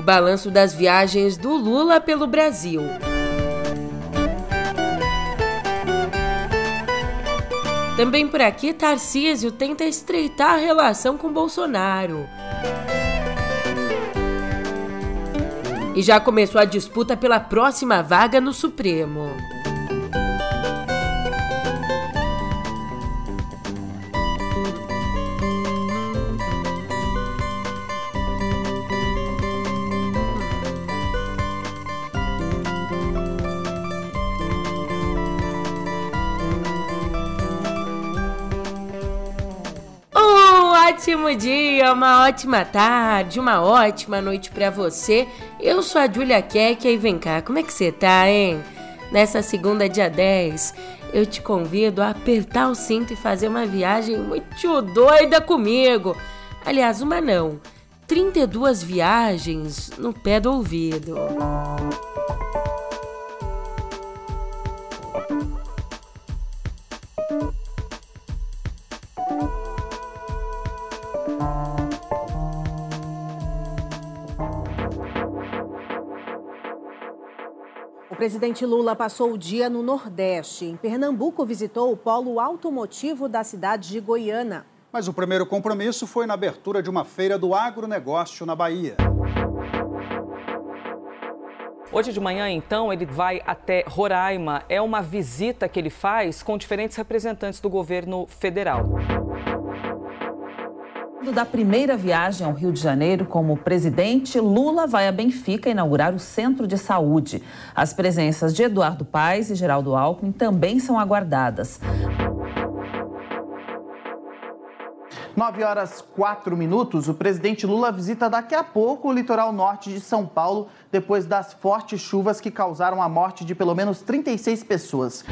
o balanço das viagens do Lula pelo Brasil. Também por aqui, Tarcísio tenta estreitar a relação com Bolsonaro. E já começou a disputa pela próxima vaga no Supremo. Ótimo dia, uma ótima tarde, uma ótima noite pra você. Eu sou a Júlia Keck e vem cá, como é que você tá, hein? Nessa segunda, dia 10, eu te convido a apertar o cinto e fazer uma viagem muito doida comigo. Aliás, uma não, 32 viagens no pé do ouvido. O presidente Lula passou o dia no Nordeste. Em Pernambuco, visitou o polo automotivo da cidade de Goiânia. Mas o primeiro compromisso foi na abertura de uma feira do agronegócio na Bahia. Hoje de manhã, então, ele vai até Roraima. É uma visita que ele faz com diferentes representantes do governo federal. Da primeira viagem ao Rio de Janeiro como presidente, Lula vai a Benfica inaugurar o Centro de Saúde. As presenças de Eduardo Paes e Geraldo Alckmin também são aguardadas. 9h04, o presidente Lula visita daqui a pouco o litoral norte de São Paulo, depois das fortes chuvas que causaram a morte de pelo menos 36 pessoas.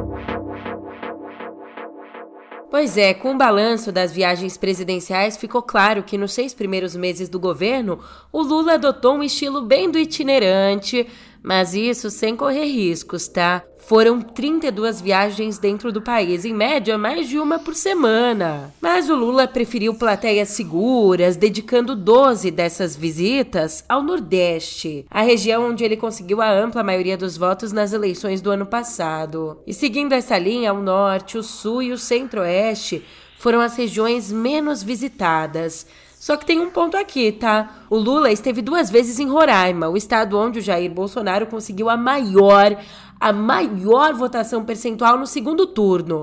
Pois é, com o balanço das viagens presidenciais, ficou claro que nos 6 primeiros meses do governo, o Lula adotou um estilo bem do itinerante, mas isso sem correr riscos, tá? Foram 32 viagens dentro do país, em média mais de uma por semana. Mas o Lula preferiu plateias seguras, dedicando 12 dessas visitas ao Nordeste, a região onde ele conseguiu a ampla maioria dos votos nas eleições do ano passado. E seguindo essa linha, o Norte, o Sul e o Centro-Oeste foram as regiões menos visitadas. Só que tem um ponto aqui, tá? O Lula esteve 2 vezes em Roraima, o estado onde o Jair Bolsonaro conseguiu a maior votação percentual no segundo turno,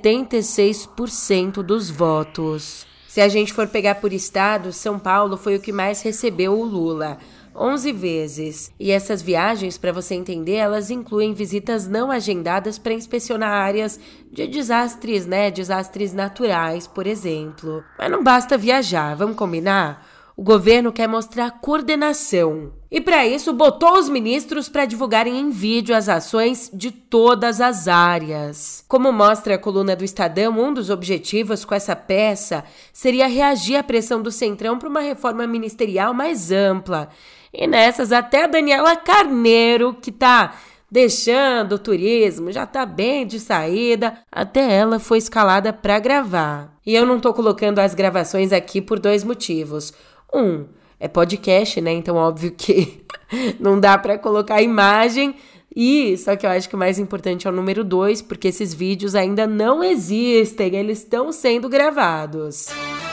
76% dos votos. Se a gente for pegar por estado, São Paulo foi o que mais recebeu o Lula, 11 vezes. E essas viagens, para você entender, elas incluem visitas não agendadas para inspecionar áreas de desastres, né? Desastres naturais, por exemplo. Mas não basta viajar, vamos combinar? O governo quer mostrar coordenação. E para isso, botou os ministros para divulgarem em vídeo as ações de todas as áreas. Como mostra a coluna do Estadão, um dos objetivos com essa peça seria reagir à pressão do Centrão para uma reforma ministerial mais ampla. E nessas, até a Daniela Carneiro, que tá deixando o turismo, já tá bem de saída, até ela foi escalada para gravar. E eu não tô colocando as gravações aqui por 2 motivos. É podcast, né? Então, óbvio que não dá para colocar imagem. E, só que eu acho que o mais importante é o número 2, porque esses vídeos ainda não existem, eles estão sendo gravados.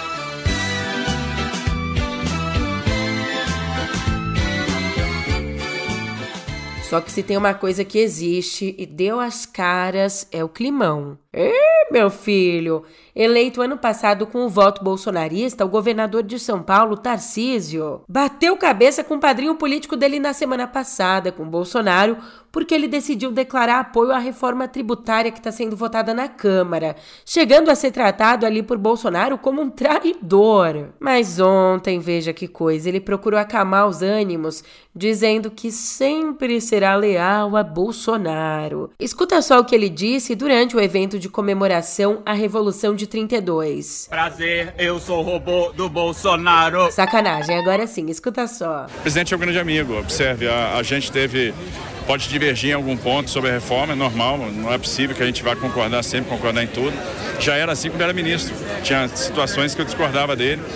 Só que se tem uma coisa que existe e deu as caras, é o climão. Meu filho! Eleito ano passado com o voto bolsonarista, o governador de São Paulo, Tarcísio, bateu cabeça com o padrinho político dele na semana passada, com Bolsonaro, porque ele decidiu declarar apoio à reforma tributária que está sendo votada na Câmara, chegando a ser tratado ali por Bolsonaro como um traidor. Mas ontem, veja que coisa, ele procurou acalmar os ânimos, dizendo que sempre será leal a Bolsonaro. Escuta só o que ele disse durante o evento de comemoração à Revolução de 32. Prazer, eu sou o robô do Bolsonaro. Sacanagem, agora sim, escuta só. O presidente é um grande amigo, observe, a gente pode divergir em algum ponto sobre a reforma, é normal, não é possível que a gente vá concordar sempre, concordar em tudo. Já era assim quando era ministro, tinha situações que eu discordava dele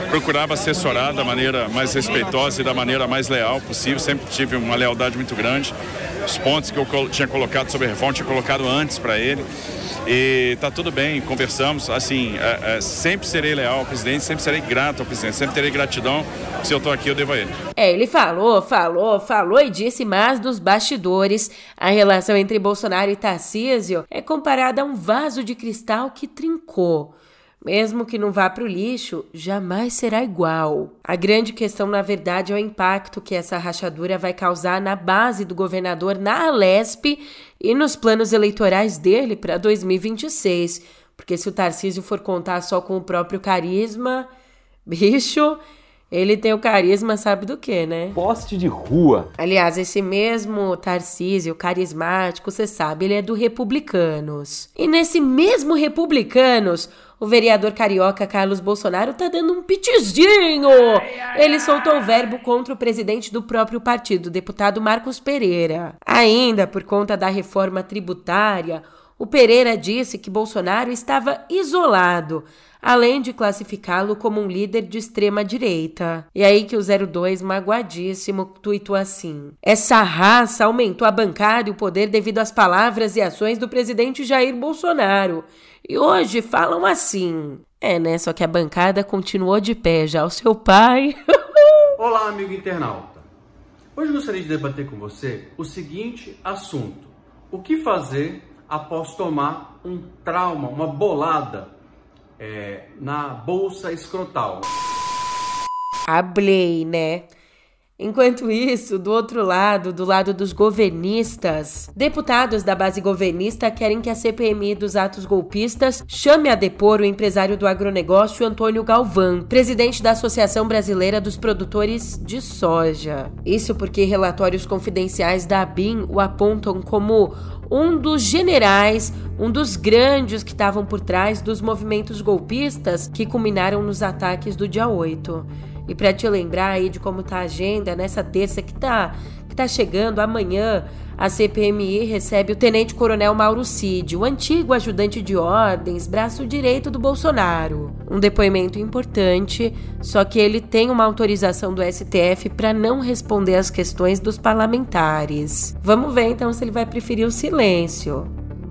procurava assessorar da maneira mais respeitosa e da maneira mais leal possível. Sempre tive uma lealdade muito grande. Os pontos que eu tinha colocado sobre a reforma, tinha colocado antes para ele. E está tudo bem, conversamos. Assim, sempre serei leal ao presidente, sempre serei grato ao presidente, sempre terei gratidão. Se eu estou aqui, eu devo a ele. Ele falou e disse, mas dos bastidores, a relação entre Bolsonaro e Tarcísio é comparada a um vaso de cristal que trincou. Mesmo que não vá para o lixo, jamais será igual. A grande questão, na verdade, é o impacto que essa rachadura vai causar na base do governador, na Alesp e nos planos eleitorais dele para 2026. Porque se o Tarcísio for contar só com o próprio carisma, bicho, ele tem o carisma, sabe do quê, né? Poste de rua. Aliás, esse mesmo Tarcísio carismático, você sabe, ele é do Republicanos. E nesse mesmo Republicanos, o vereador carioca Carlos Bolsonaro tá dando um pitizinho. Ele soltou o verbo contra o presidente do próprio partido, o deputado Marcos Pereira. Ainda por conta da reforma tributária, o Pereira disse que Bolsonaro estava isolado, além de classificá-lo como um líder de extrema-direita. E aí que o 02, magoadíssimo, tuitou assim: essa raça aumentou a bancada e o poder devido às palavras e ações do presidente Jair Bolsonaro. E hoje falam assim. Né? Só que a bancada continuou de pé já. O seu pai... Olá, amigo internauta. Hoje gostaria de debater com você o seguinte assunto. O que fazer após tomar um trauma, uma bolada na bolsa escrotal? Hablei, né? Enquanto isso, do outro lado, do lado dos governistas, deputados da base governista querem que a CPMI dos atos golpistas chame a depor o empresário do agronegócio Antônio Galvão, presidente da Associação Brasileira dos Produtores de Soja. Isso porque relatórios confidenciais da ABIN o apontam como um dos generais, um dos grandes que estavam por trás dos movimentos golpistas que culminaram nos ataques do dia 8. E para te lembrar aí de como tá a agenda, nessa terça que tá chegando, amanhã, a CPMI recebe o tenente-coronel Mauro Cid, o antigo ajudante de ordens, braço direito do Bolsonaro. Um depoimento importante, só que ele tem uma autorização do STF para não responder às questões dos parlamentares. Vamos ver então se ele vai preferir o silêncio.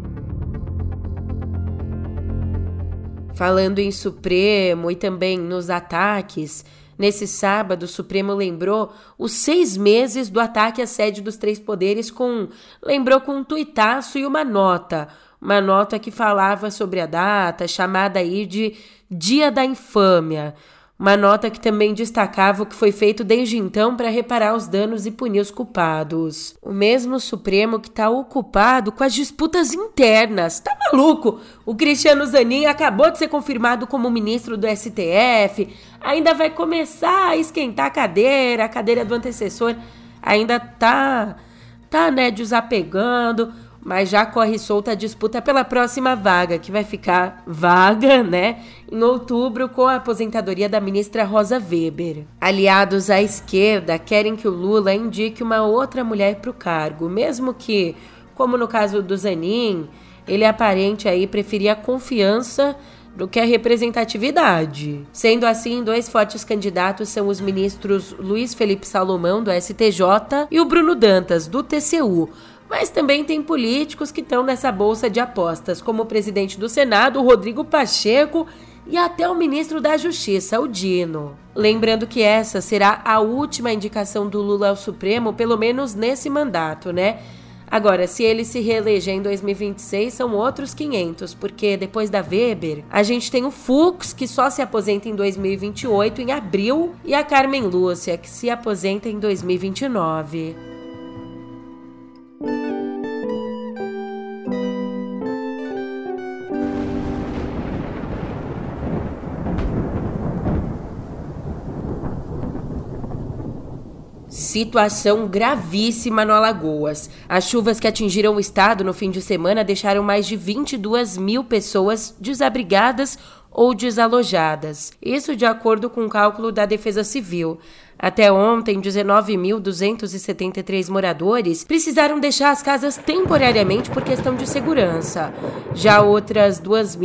Falando em Supremo e também nos ataques, nesse sábado, o Supremo lembrou os 6 meses do ataque à sede dos 3 poderes lembrou com um tuitaço e uma nota que falava sobre a data, chamada aí de Dia da Infâmia. Uma nota que também destacava o que foi feito desde então para reparar os danos e punir os culpados. O mesmo Supremo que está ocupado com as disputas internas. Tá maluco? O Cristiano Zanin acabou de ser confirmado como ministro do STF. Ainda vai começar a esquentar a cadeira do antecessor. Ainda tá desapegando. Mas já corre solta a disputa pela próxima vaga, que vai ficar vaga, né, em outubro, com a aposentadoria da ministra Rosa Weber. Aliados à esquerda querem que o Lula indique uma outra mulher para o cargo, mesmo que, como no caso do Zanin, ele aparente aí preferir a confiança do que a representatividade. Sendo assim, 2 fortes candidatos são os ministros Luiz Felipe Salomão, do STJ, e o Bruno Dantas, do TCU. Mas também tem políticos que estão nessa bolsa de apostas, como o presidente do Senado, Rodrigo Pacheco, e até o ministro da Justiça, o Dino. Lembrando que essa será a última indicação do Lula ao Supremo, pelo menos nesse mandato, né? Agora, se ele se reeleger em 2026, são outros 500, porque depois da Weber, a gente tem o Fux, que só se aposenta em 2028, em abril, e a Carmen Lúcia, que se aposenta em 2029. Situação gravíssima no Alagoas. As chuvas que atingiram o estado no fim de semana deixaram mais de 22 mil pessoas desabrigadas ou desalojadas. Isso de acordo com o cálculo da Defesa Civil. Até ontem, 19.273 moradores precisaram deixar as casas temporariamente por questão de segurança. Já outras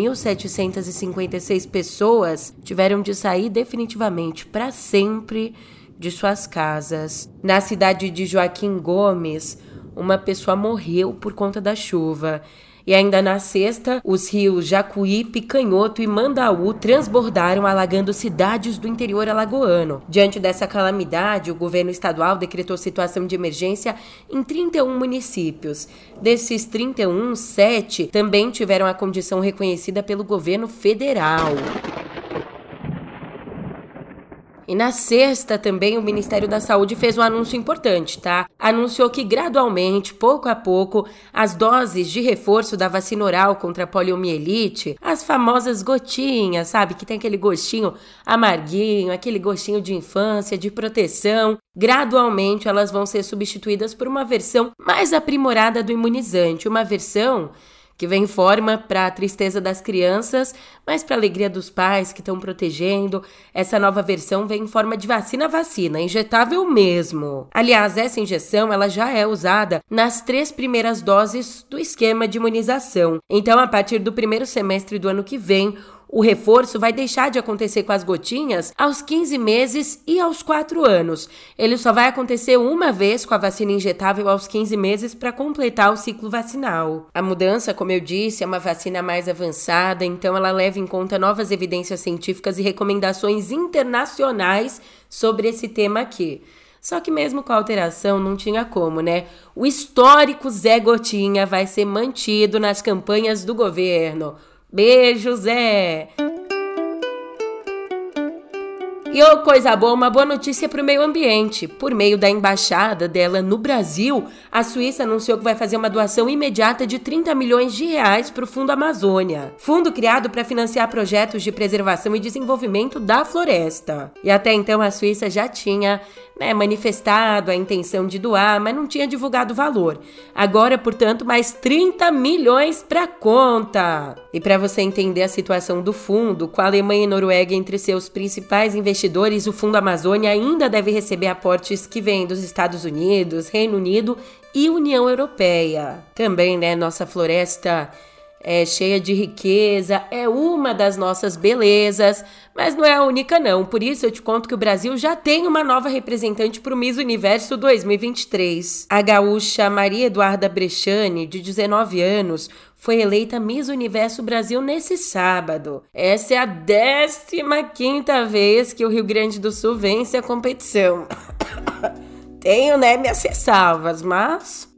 2.756 pessoas tiveram de sair definitivamente para sempre de suas casas. Na cidade de Joaquim Gomes, uma pessoa morreu por conta da chuva. E ainda na sexta, os rios Jacuípe, Canhoto e Mandaú transbordaram, alagando cidades do interior alagoano. Diante dessa calamidade, o governo estadual decretou situação de emergência em 31 municípios. Desses 31, 7 também tiveram a condição reconhecida pelo governo federal. E na sexta também o Ministério da Saúde fez um anúncio importante, tá? Anunciou que gradualmente, pouco a pouco, as doses de reforço da vacina oral contra a poliomielite, as famosas gotinhas, sabe? Que tem aquele gostinho amarguinho, aquele gostinho de infância, de proteção. Gradualmente elas vão ser substituídas por uma versão mais aprimorada do imunizante, uma versão que vem em forma para a tristeza das crianças, mas para a alegria dos pais que estão protegendo. Essa nova versão vem em forma de vacina, injetável mesmo. Aliás, essa injeção ela já é usada nas 3 primeiras doses do esquema de imunização. Então, a partir do primeiro semestre do ano que vem, o reforço vai deixar de acontecer com as gotinhas aos 15 meses e aos 4 anos. Ele só vai acontecer uma vez com a vacina injetável aos 15 meses para completar o ciclo vacinal. A mudança, como eu disse, é uma vacina mais avançada, então ela leva em conta novas evidências científicas e recomendações internacionais sobre esse tema aqui. Só que mesmo com a alteração não tinha como, né? O histórico Zé Gotinha vai ser mantido nas campanhas do governo. Beijo, Zé! E coisa boa, uma boa notícia para o meio ambiente. Por meio da embaixada dela no Brasil, a Suíça anunciou que vai fazer uma doação imediata de 30 milhões de reais para o Fundo Amazônia. Fundo criado para financiar projetos de preservação e desenvolvimento da floresta. E até então a Suíça já tinha manifestado a intenção de doar, mas não tinha divulgado o valor. Agora, portanto, mais 30 milhões para conta. E para você entender a situação do fundo, com a Alemanha e Noruega entre seus principais investidores, o Fundo Amazônia ainda deve receber aportes que vêm dos Estados Unidos, Reino Unido e União Europeia. Também, nossa floresta é cheia de riqueza, é uma das nossas belezas, mas não é a única não. Por isso eu te conto que o Brasil já tem uma nova representante para o Miss Universo 2023. A gaúcha Maria Eduarda Brechani, de 19 anos, foi eleita Miss Universo Brasil nesse sábado. Essa é a 15ª vez que o Rio Grande do Sul vence a competição. Tenho, minhas ressalvas, mas...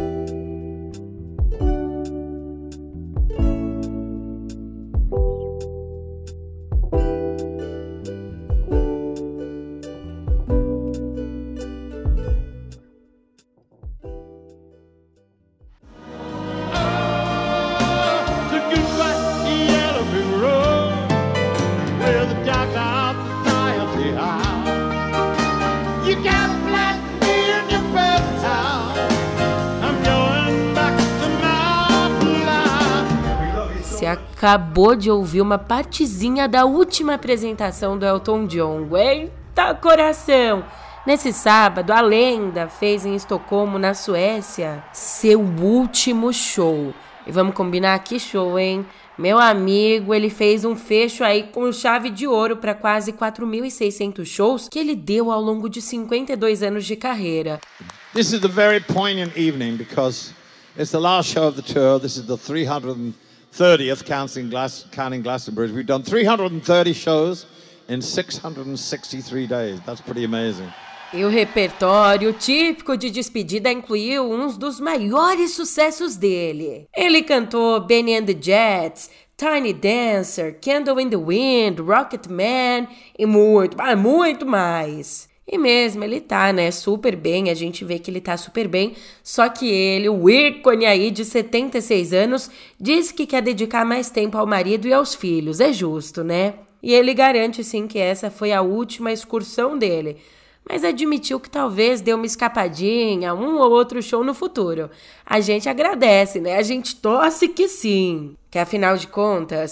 Você acabou de ouvir uma partezinha da última apresentação do Elton John. Eita coração! Nesse sábado, a lenda fez em Estocolmo, na Suécia, seu último show. E vamos combinar que show, hein? Meu amigo, ele fez um fecho aí com chave de ouro para quase 4.600 shows que ele deu ao longo de 52 anos de carreira. This is a very poignant evening because it's the last show of the tour. This is the 330th counting Glastonbury. We've done 330 shows in 663 days. That's pretty amazing. E o repertório típico de despedida incluiu uns dos maiores sucessos dele. Ele cantou Benny and the Jets, Tiny Dancer, Candle in the Wind, Rocket Man e muito mais. E mesmo ele tá, super bem, a gente vê que ele tá super bem, só que ele, o ícone aí de 76 anos, disse que quer dedicar mais tempo ao marido e aos filhos, é justo, né? E ele garante sim que essa foi a última excursão dele, mas admitiu que talvez dê uma escapadinha, um ou outro show no futuro. A gente agradece, a gente torce que sim, que afinal de contas...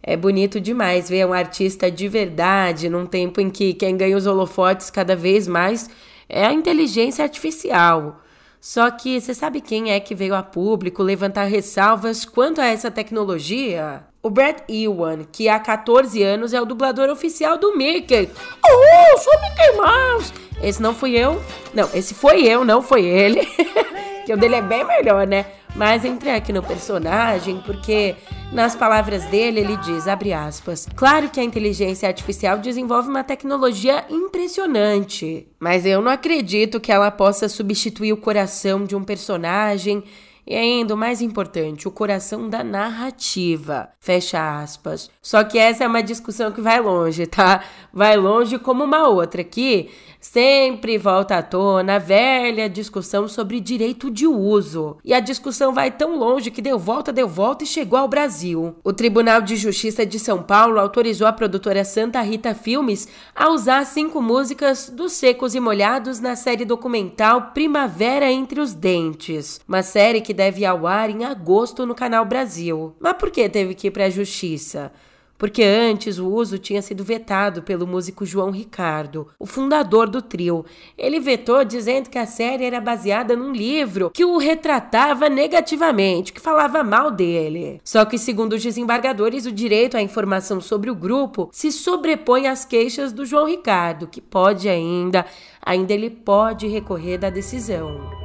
É bonito demais ver um artista de verdade num tempo em que quem ganha os holofotes cada vez mais é a inteligência artificial. Só que você sabe quem é que veio a público levantar ressalvas quanto a essa tecnologia? O Brett Ewan, que há 14 anos é o dublador oficial do Mickey. Oh, sou Mickey Mouse! Esse não fui eu. Não, esse foi eu, não foi ele. Que o dele é bem melhor, né? Mas entrei aqui no personagem porque, nas palavras dele, ele diz, abre aspas, claro que a inteligência artificial desenvolve uma tecnologia impressionante, mas eu não acredito que ela possa substituir o coração de um personagem e ainda o mais importante, o coração da narrativa, fecha aspas. Só que essa é uma discussão que vai longe, tá? Vai longe como uma outra que sempre volta à tona a velha discussão sobre direito de uso. E a discussão vai tão longe que deu volta e chegou ao Brasil. O Tribunal de Justiça de São Paulo autorizou a produtora Santa Rita Filmes a usar 5 músicas dos Secos e Molhados na série documental Primavera Entre os Dentes, uma série que deve ir ao ar em agosto no Canal Brasil. Mas por que teve que ir para a Justiça? Porque antes o uso tinha sido vetado pelo músico João Ricardo, o fundador do trio. Ele vetou dizendo que a série era baseada num livro que o retratava negativamente, que falava mal dele. Só que, segundo os desembargadores, o direito à informação sobre o grupo se sobrepõe às queixas do João Ricardo, que pode ainda ele pode recorrer da decisão.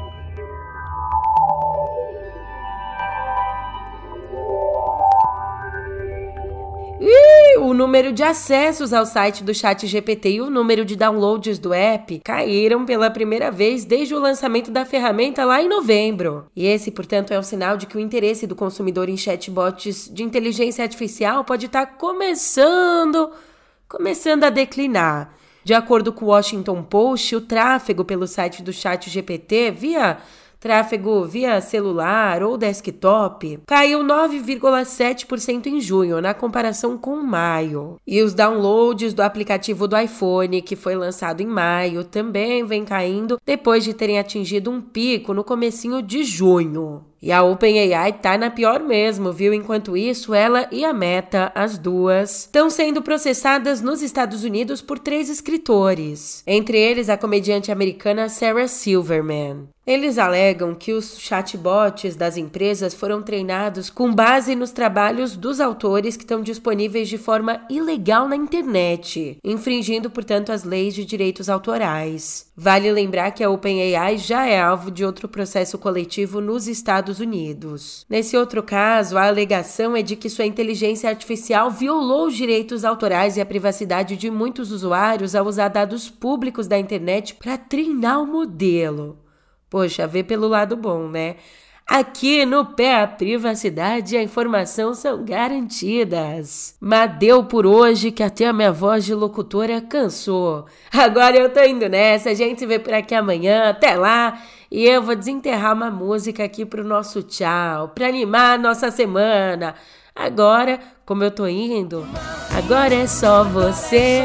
O número de acessos ao site do ChatGPT e o número de downloads do app caíram pela primeira vez desde o lançamento da ferramenta lá em novembro. E esse, portanto, é um sinal de que o interesse do consumidor em chatbots de inteligência artificial pode estar começando a declinar. De acordo com o Washington Post, o tráfego pelo site do ChatGPT tráfego via celular ou desktop caiu 9,7% em junho, na comparação com maio. E os downloads do aplicativo do iPhone, que foi lançado em maio, também vem caindo depois de terem atingido um pico no comecinho de junho. E a OpenAI tá na pior mesmo, viu? Enquanto isso, ela e a Meta, as duas, estão sendo processadas nos Estados Unidos por 3 escritores. Entre eles, a comediante americana Sarah Silverman. Eles alegam que os chatbots das empresas foram treinados com base nos trabalhos dos autores que estão disponíveis de forma ilegal na internet, infringindo, portanto, as leis de direitos autorais. Vale lembrar que a OpenAI já é alvo de outro processo coletivo nos Estados Unidos. Nesse outro caso, a alegação é de que sua inteligência artificial violou os direitos autorais e a privacidade de muitos usuários ao usar dados públicos da internet para treinar o modelo. Poxa, vê pelo lado bom, né? Aqui no pé a privacidade e a informação são garantidas. Mas deu por hoje que até a minha voz de locutora cansou. Agora eu tô indo nessa, a gente se vê por aqui amanhã, até lá. E eu vou desenterrar uma música aqui pro nosso tchau, pra animar a nossa semana. Agora, como eu tô indo, agora é só você.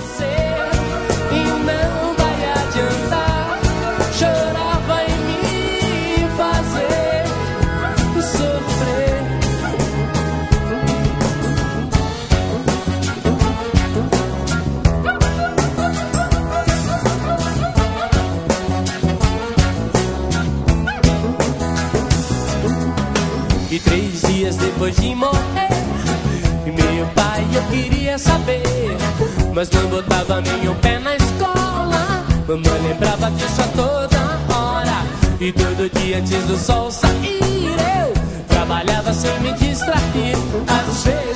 E 3 dias depois de morrer, meu pai eu queria saber, mas não botava nenhum pé na escola. Mamãe lembrava disso a toda hora, e todo dia antes do sol sair eu trabalhava sem me distrair. Às vezes